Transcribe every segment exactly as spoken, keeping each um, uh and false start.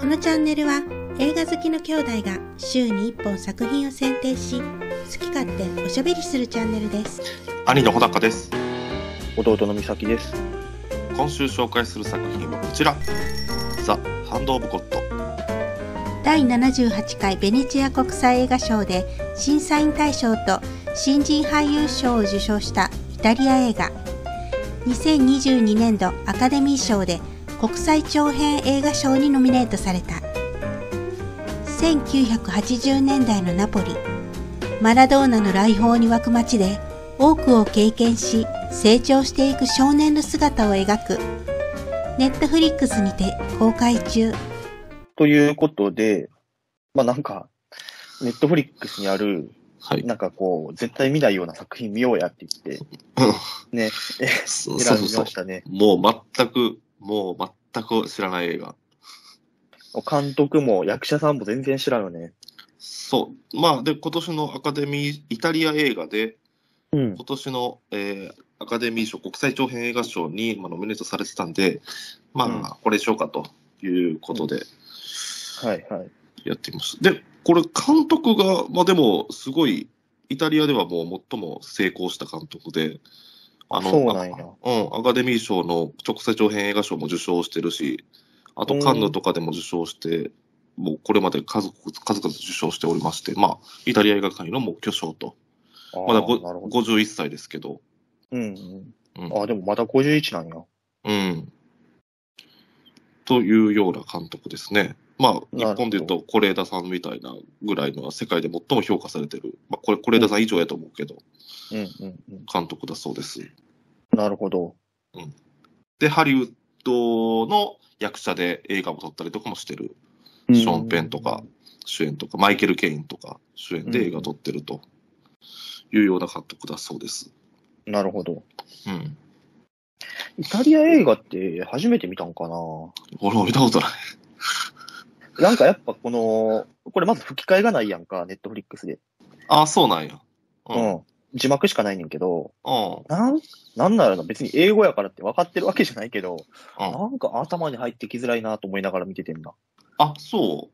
このチャンネルは映画好きの兄弟が週にいっぽん作品を選定し、好き勝手おしゃべりするチャンネルです。 兄の穂高です。 弟の美咲です。 今週紹介する作品はこちら、ザ・ハンド・オブ・ゴッド。 だいななじゅうはちかいベネチア国際映画賞で審査員大賞と新人俳優賞を受賞したイタリア映画。にせんにじゅうにねんどアカデミー賞で国際長編映画賞にノミネートされた。せんきゅうひゃくはちじゅうねんだいのナポリ、マラドーナの来訪に沸く街で多くを経験し成長していく少年の姿を描く。ネットフリックスにて公開中。 ということで、まあなんか、ネットフリックスにある、 はい、 なんかこう、絶対見ないような作品見ようやって言って、ね、選びましたね。 もう全く、もう全く知らない映画。 監督も役者さんも全然知らんよね。 そう。まあ、で、今年のアカデミー、イタリア映画で、 うん、 今年の、えー、アカデミー賞、国際長編映画賞に、まあ、ノミネートされてたんで、まあ、うん、これしようかということで、 うん、はいはい。 やっています。で、これ監督が、まあでも、すごい、イタリアではもう最も成功した監督で、 あの、そうなんや。 うん、アカデミー賞の国際長編映画賞も受賞してるし、あとカンヌとかでも受賞して、もうこれまで数々、数々受賞しておりまして、まあ、イタリア映画界のもう巨匠と。まだごじゅういっさいですけど。 うん、うん。あ、でもまだごじゅういちなんや。 うん。というような監督ですね。まあ、日本で言うと、是枝さんみたいなぐらいの世界で最も評価されてる、まあ、これ、是枝さん以上やと思うけど、 うんうんうん、 監督だそうです。 なるほど。 うん。で、ハリウッドの役者で映画を撮ったりとかもしてる。ショーン・ペンとか主演とか、マイケル・ケインとか主演で映画を撮ってるというような監督だそうです。 なるほど。 うん。 イタリア映画って初めて見たんかな？ 俺も見たことない。 なんかやっぱこの、これまず吹き替えがないやんか、ネットフリックスで。 ああ、そうなんや。 うん。うん、字幕しかないねんけど、 うん。 なん、なんならの別に英語やからって分かってるわけじゃないけど、うん、なんか頭に入ってきづらいなと思いながら見ててんな。 あ、そう。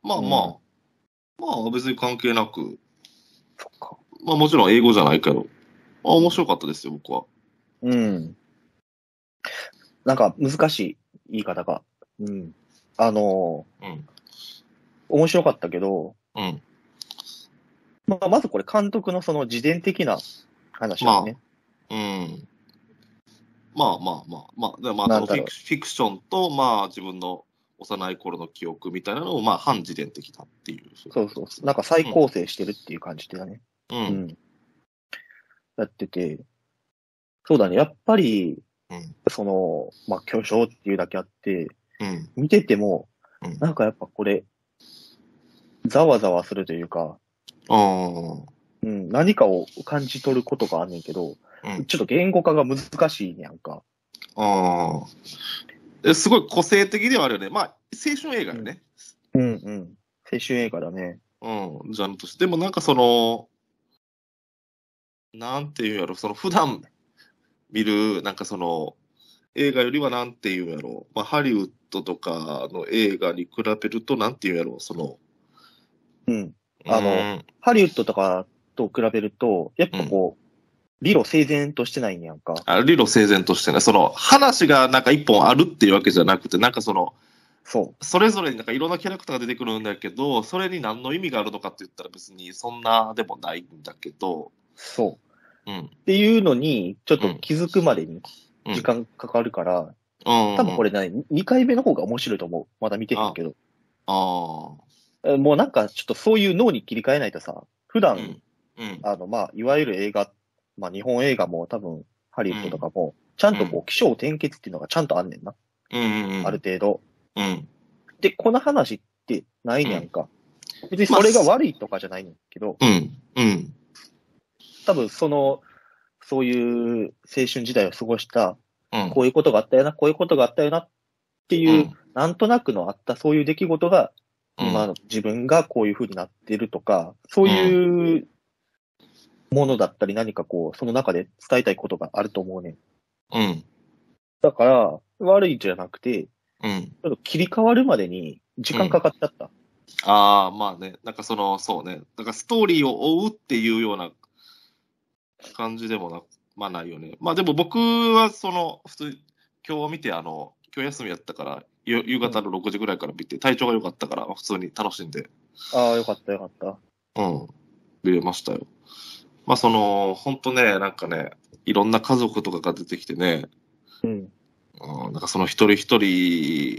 まあまあ、うん、まあ別に関係なく。 そっか。 まあもちろん英語じゃないけど、あ、面白かったですよ、僕は。 うん。なんか難しい言い方が。うん。あのー、うん、面白かったけど、 うん。 まあ、まずこれ監督のその自伝的な話だね。 まあ、うん。まあまあまあまあ、でまあ、フィク、フィクションと、まあ自分の幼い頃の記憶みたいなのを、まあ半自伝的だっていう。 そうそう。なんか再構成してるっていう感じでだね。 うん。うん、 やってて、そうだね。やっぱり、 うん、 その、まあ巨匠っていうだけあって、 うん、 見てても、 うん、 なんかやっぱこれ、ざわざわするというか、 あうん、何かを感じ取ることがあんねんけど、うん、ちょっと言語化が難しいねやんか。 ああ。すごい個性的ではあるよね。まあ、青春映画よね。 うん、うん、うん。青春映画だね。 うん、ジャンルとして。でもなんかその、なんていうんやろ、その普段見る、なんかその、映画よりはなんていうんやろ、まあ、ハリウッドとかの映画に比べると、なんていうんやろ、その、 うん。あの、うん、ハリウッドとかと比べると、やっぱこう、うん理路整然としてないんやんか。 あ、理路整然としてない。その、話がなんか一本あるっていうわけじゃなくて、なんかその、 そう。 それぞれになんかいろんなキャラクターが出てくるんだけど、それに何の意味があるのかって言ったら別にそんなでもないんだけど。 そう。 うん。 っていうのに、ちょっと気づくまでに時間かかるから、うん、多分これね、にかいめの方が面白いと思う。まだ見てへんけど。 ああ。 もうなんかちょっとそういう脳に切り替えないとさ、普段、 うんうん、 あの、まあ、いわゆる映画、まあ、日本映画も多分、ハリウッドとかも、ちゃんとこう、起承転結っていうのがちゃんとあんねんな。 うんうんうん、 ある程度。 うん。 で、この話ってないねんか。うん、別にそれが悪いとかじゃないんだけど、 まあ、うん、うん。 多分その、そういう青春時代を過ごした、 うん、 こういうことがあったよな、こういうことがあったよなっていう、うん、なんとなくのあったそういう出来事が、今の自分がこういう風になってるとか、そういうものだったり何かこう、その中で伝えたいことがあると思うねん。 うん。 だから、悪いんじゃなくて、 うん。 ちょっと切り替わるまでに時間かかっちゃった。 ああ、まあね、なんかその、そうね、なんかストーリーを追うっていうような感じでもな、まあないよね。まあでも僕はその、普通、今日見て、あの、今日休みやったから、ゆ夕方のろくじぐらいから見て、体調が良かったから、普通に楽しんで、 ああ、よかったよかった。 うん、見れましたよ。まあその、ほんとね、なんかね、いろんな家族とかが出てきてね、 うん。 うん、なんかその一人一人、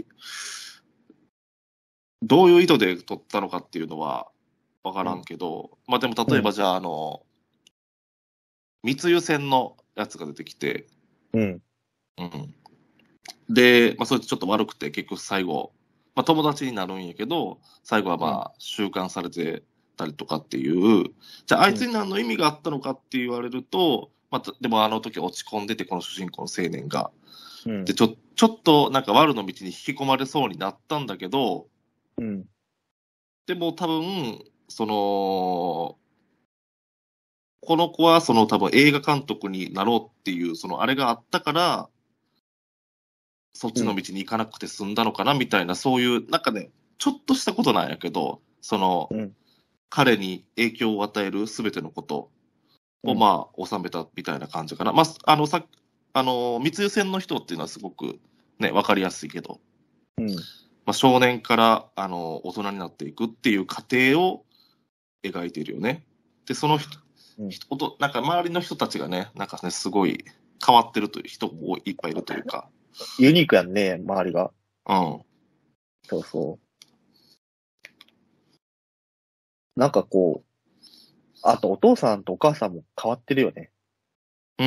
どういう意図で撮ったのかっていうのはわからんけど、まあでも例えばじゃあ、あの、密輸船のやつが出てきて、 うん。 うん、で、まあそれちょっと悪くて結局最後、まあ友達になるんやけど、最後はまあ収監されてたりとかっていう、じゃああいつに何の意味があったのかって言われると、まあでもあの時落ち込んでてこの主人公の青年が、 うん。 でちょちょっとなんか悪の道に引き込まれそうになったんだけど、 うん。 でも多分、その、この子はその多分映画監督になろうっていう、そのあれがあったから、そっちの道に行かなくて済んだのかなみたいな、そういう、なんかね、ちょっとしたことなんやけど、その、 うん。 彼に影響を与えるすべてのことを、 うんまあ、収めたみたいな感じかな。まあ、あの、さあの、密輸船の人っていうのはすごくね、わかりやすいけど、 うん。 まあ、少年からあの大人になっていくっていう過程を描いているよね。で、その人、 うん人となんか周りの人たちがね、なんかね、すごい変わってるという人もいっぱいいるというか。 ユニークやんね、周りが。 うん。 そうそう。なんかこう、あとお父さんとお母さんも変わってるよね。 うん。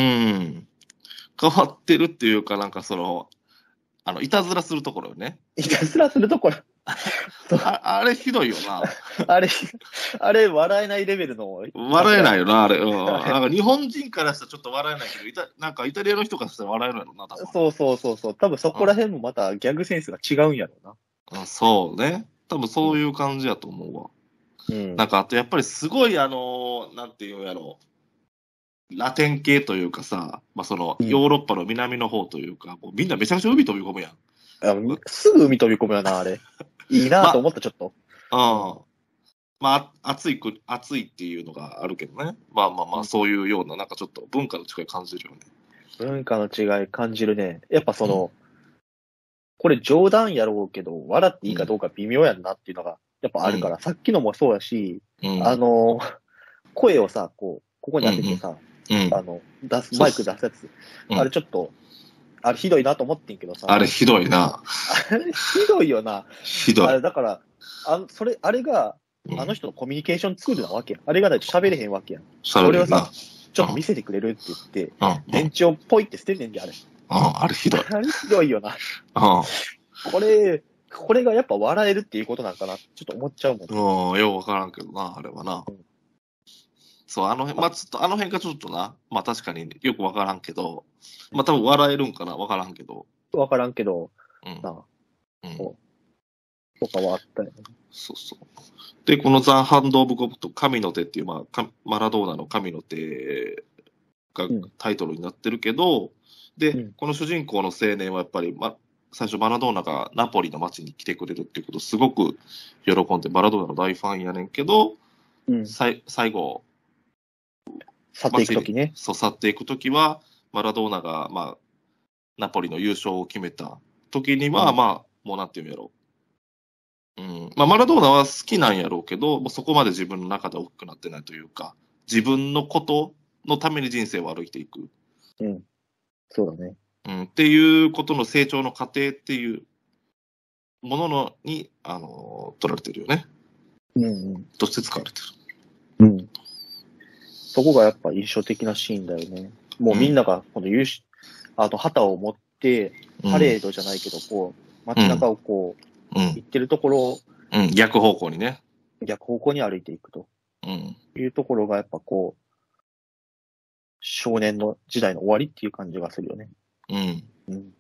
変わってるっていうか、なんかその、あの、いたずらするところよね。 いたずらするところ。 ああれひどいよな。 あれ、あれ、笑えないレベルの。 笑えないよな、あれ。うん。 あれなんか日本人からしたらちょっと笑えないけど、イタなんかイタリアの人からしたら笑えるやろな、多分。 そうそうそうそう。多分そこら辺もまたギャグセンスが違うんやろうな。 うん、そうね。多分そういう感じやと思うわ。 うん。 なんかあとやっぱりすごいあの、なんていうんやろう。ラテン系というかさ、まあそのうんヨーロッパの南の方というか、もうみんなめちゃくちゃ海飛び込むやん。 あすぐ海飛び込むよな、あれ。いいなと思った、ちょっと。 うん。まあ、暑いく、暑いっていうのがあるけどね。まあまあまあ、 うんそういうような、なんかちょっと文化の違い感じるよね。 文化の違い感じるね。やっぱその、これ冗談やろうけど、笑っていいかどうか微妙やんなっていうのが、やっぱあるから、さっきのもそうやし、 うん。 あの、声をさ、こう、ここに当ててさ、 うん。 あの、出す、マイク出すやつ、 うんあれちょっと、あれひどいなと思ってんけどさ、 あれひどいな。 あれひどいよな。 ひどい。 あれだから、あそれ、あれが、あの人のコミュニケーションツールなわけやん。あれがないと喋れへんわけやん。 そそれをさ、ちょっと見せてくれるって言って、 うん。うん。 電池をポイって捨ててんじゃん、あれ。 あれひどい。 あれひどいよな。 うこれ、これがやっぱ笑えるっていうことなんかな、ちょっと思っちゃうもん。 ん。うん、ようわからんけどな、あれはな。そう、あの辺、まあ、ちょっと、あの辺がちょっとな、まあ確かによくわからんけど、まあ多分笑えるんかな、わからんけど。 わからんけど、 うん。 なあ、 うん、 そうとかはあったよね。 そうそう。で、このザ・ハンド・オブ・ゴッド、神の手っていう、まあ、かマラドーナの神の手がうんタイトルになってるけど、で、 うんこの主人公の青年はやっぱり、ま、最初マラドーナがナポリの街に来てくれるっていうことをすごく喜んで、マラドーナの大ファンやねんけど、 うん。 さい最後、 去っていくときね。 そう去っていくときは、マラドーナが、まあ、ナポリの優勝を決めた時には、 うんまあ、もうなんていうんやろう。うん。まあ、マラドーナは好きなんやろうけど、もうそこまで自分の中で大きくなってないというか、自分のことのために人生を歩いていく。 うん。そうだね。 うん。っていうことの成長の過程っていうもののに、あの、取られてるよね。 うんうん。 として使われてうん。そこがやっぱ印象的なシーンだよね。もうみんなが、この優秀、あの、旗を持って、 る。 パレードじゃないけど、こう、街中をこう、 うん。 行ってるところをうん。逆方向にね。 逆方向に歩いていくとうん。 いうところがやっぱこう、少年の時代の終わりっていう感じがするよね。 うん。 うん。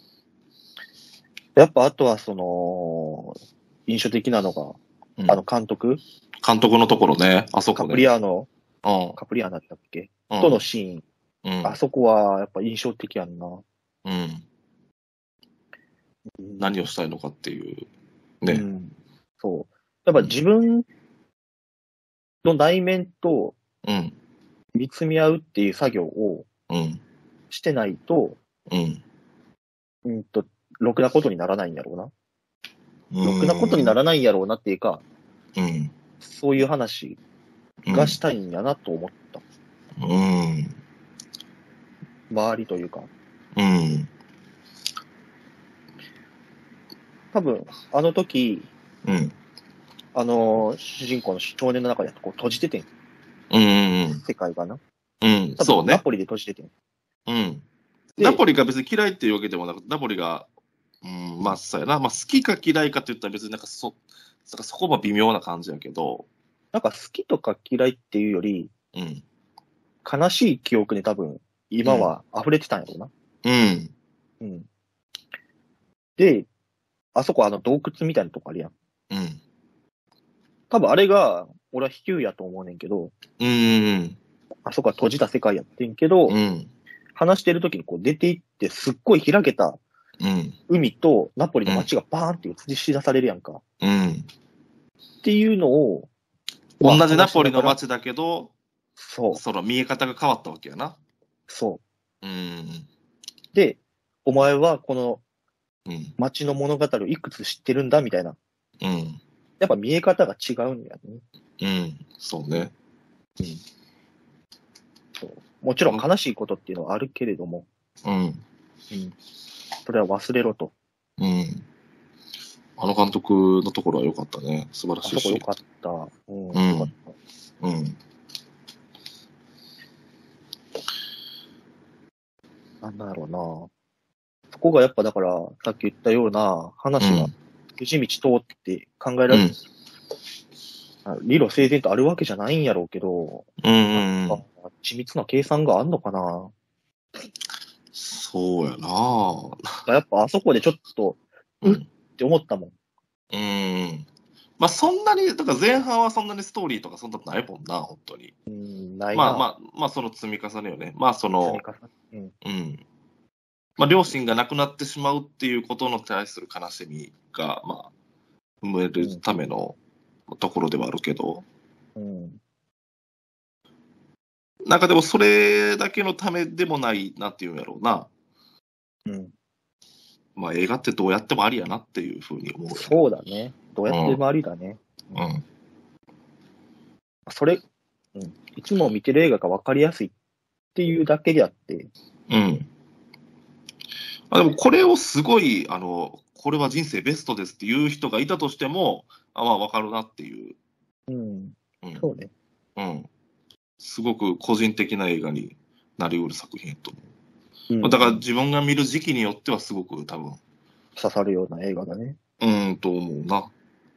やっぱあとはその、印象的なのが、 うんあの監督、 監督のところね。あそこね。 カプリアーノ、 うん。 カプリアーナだったっけ、 うんとのシーン、 うん。 あそこはやっぱ印象的やんな。 うん。 何をしたいのかっていう。ね。 うん、そう。やっぱ自分の内面と見つめ合うっていう作業をしてないと、 うん。 うんと、ろくなことにならないんやろうな。ろくなことにならないんやろうなっていうか、 うん、 そういう話がしたいんやなと思った。 うん。 周りというか。 うん。 多分、あの時、 うん。 あの、主人公の少年の中でこう閉じててん。 うんうんうん。 世界がな。 うん、そうね。 ナポリで閉じててん。 うん。ナポリが別に嫌いっていうわけでもなく、ナポリが、うん、まあ、そうやな。まあ、好きか嫌いかって言ったら別になんかそ、なんかそこは微妙な感じやけど。 なんか好きとか嫌いっていうより、 うん。 悲しい記憶に多分、今は溢れてたんやろうな。 うん。 うん。で、あそこあの洞窟みたいなとこあるやん。 うん。 多分あれが、俺は比喩やと思うねんけど、 うん。 あそこは閉じた世界やってんけど、 うん。 話してる時にこう出て行ってすっごい開けた海とナポリの街がバーンって映し出されるやんか。 うん。 っていうのを、 同じナポリの街だけど、 そう。 その見え方が変わったわけやな。 そう。うん。 で、お前はこのうん。 街の物語をいくつ知ってるんだみたいな。 うん。 やっぱ見え方が違うんやね。 うん。そうね。 うん。そう。もちろん悲しいことっていうのはあるけれども。 うん。うん。 それは忘れろと。 うん。あの監督のところは良かったね。素晴らしいし。 あそこ良かった。うん。 うん。 良かった。 うん。 なんだろうな。そこがやっぱだから、さっき言ったような話が、筋道通って考えられる、うん、理路整然とあるわけじゃないんやろうけど、 うんうんうん、 緻密な計算があんのかな。 そうやな。 やっぱあそこでちょっと、うって思ったもん。 うん。まあそんなに、だから前半はそんなにストーリーとかそんなないもんな、本当に。 うん、ないな。 まあまあ、まあその積み重ねよね。まあその、 うん。 うん。まあ両親が亡くなってしまうっていうことの対する悲しみが、まあ、生めるためのところではあるけど。 うん。 なんかでもそれだけのためでもないなっていうんやろうな。 うん。 まあ映画ってどうやってもありやなっていうふうに思う、ね。 そうだね。どうやってもありだね。 うん。うん、 それ、うん。いつも見てる映画が分かりやすいっていうだけであって。 うん。あでもこれをすごい、あの、これは人生ベストですっていう人がいたとしても、あまあ分かるなっていう。 うん。うん、そうね。 うん。すごく個人的な映画になりうる作品と思う。うん、だから自分が見る時期によってはすごく多分。 刺さるような映画だね。 うんと思うな。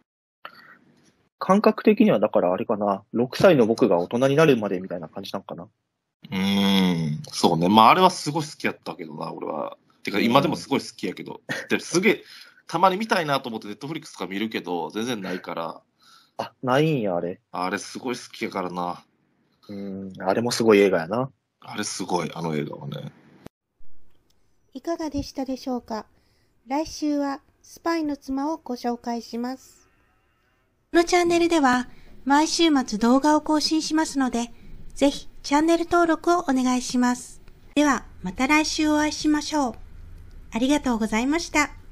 感覚的にはだからあれかな。ろくさいの僕が大人になるまでみたいな感じなんかな。 うーん。そうね。まああれはすごい好きやったけどな、俺は。てか今でもすごい好きやけど。ですげえ、たまに見たいなと思ってネットフリックスとか見るけど、全然ないから。 あ、ないんや、あれ。 あれすごい好きやからな。 うん、あれもすごい映画やな。 あれすごい、あの映画はね。 いかがでしたでしょうか。来週はスパイの妻をご紹介します。このチャンネルでは毎週末動画を更新しますので、ぜひチャンネル登録をお願いします。ではまた来週お会いしましょう。ありがとうございました。